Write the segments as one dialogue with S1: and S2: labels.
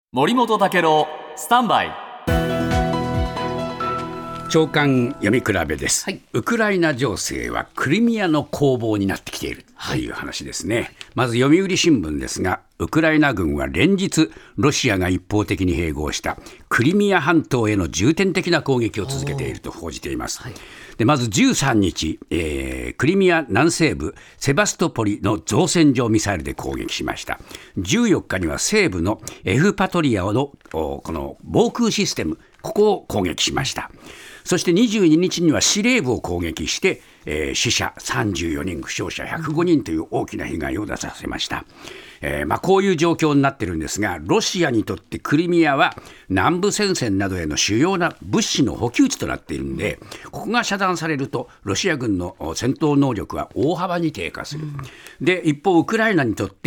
S1: 森本武郎スタンバイ。
S2: 長官読み比べです、
S3: はい、
S2: ウクライナ情勢はクリミアの攻防になってきているという話ですね。まず読売新聞ですが、ウクライナ軍は連日ロシアが一方的に併合したクリミア半島への重点的な攻撃を続けていると報じています。でまず13日、クリミア南西部セバストポリの造船所をミサイルで攻撃しました。14日には西部のエフパトリアのこの防空システム、ここを攻撃しました。そして22日には司令部を攻撃して、死者34人負傷者105人という大きな被害を出させました。こういう状況になっているんですが、ロシアにとってクリミアは南部戦線などへの主要な物資の補給地となっているので、ここが遮断されるとロシア軍の戦闘能力は大幅に低下する。で一方ウクライナにとって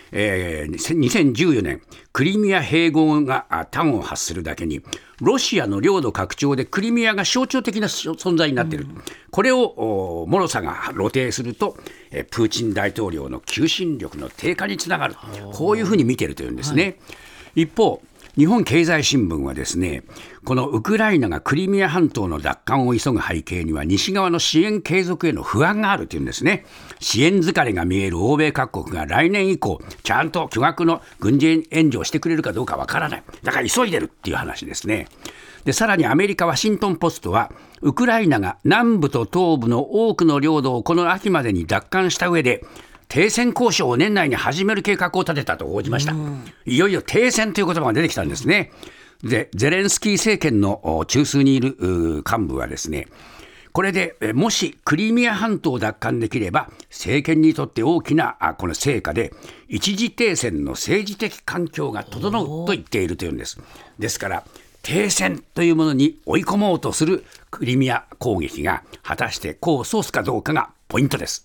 S2: 、2014年クリミア併合が端を発するだけにロシアの領土拡張でクリミアが象徴的な存在になっている。これをモロサが露呈するとプーチン大統領の求心力の低下につながる、こういうふうに見ているというんですね。一方日本経済新聞はですね、このウクライナがクリミア半島の奪還を急ぐ背景には西側の支援継続への不安があるというんですね。支援疲れが見える欧米各国が来年以降ちゃんと巨額の軍事援助をしてくれるかどうかわからない。だから急いでるっていう話ですね。でさらにアメリカワシントンポストはウクライナが南部と東部の多くの領土をこの秋までに奪還した上で停戦交渉を年内に始める計画を立てたと報じました。いよいよ停戦という言葉が出てきたんですね。でゼレンスキー政権の中枢にいる幹部はですね、これでもしクリミア半島を奪還できれば政権にとって大きなこの成果で一時停戦の政治的環境が整うと言っているというんです。ですから停戦というものに追い込もうとするクリミア攻撃が果たして功を奏すかどうかがポイントです。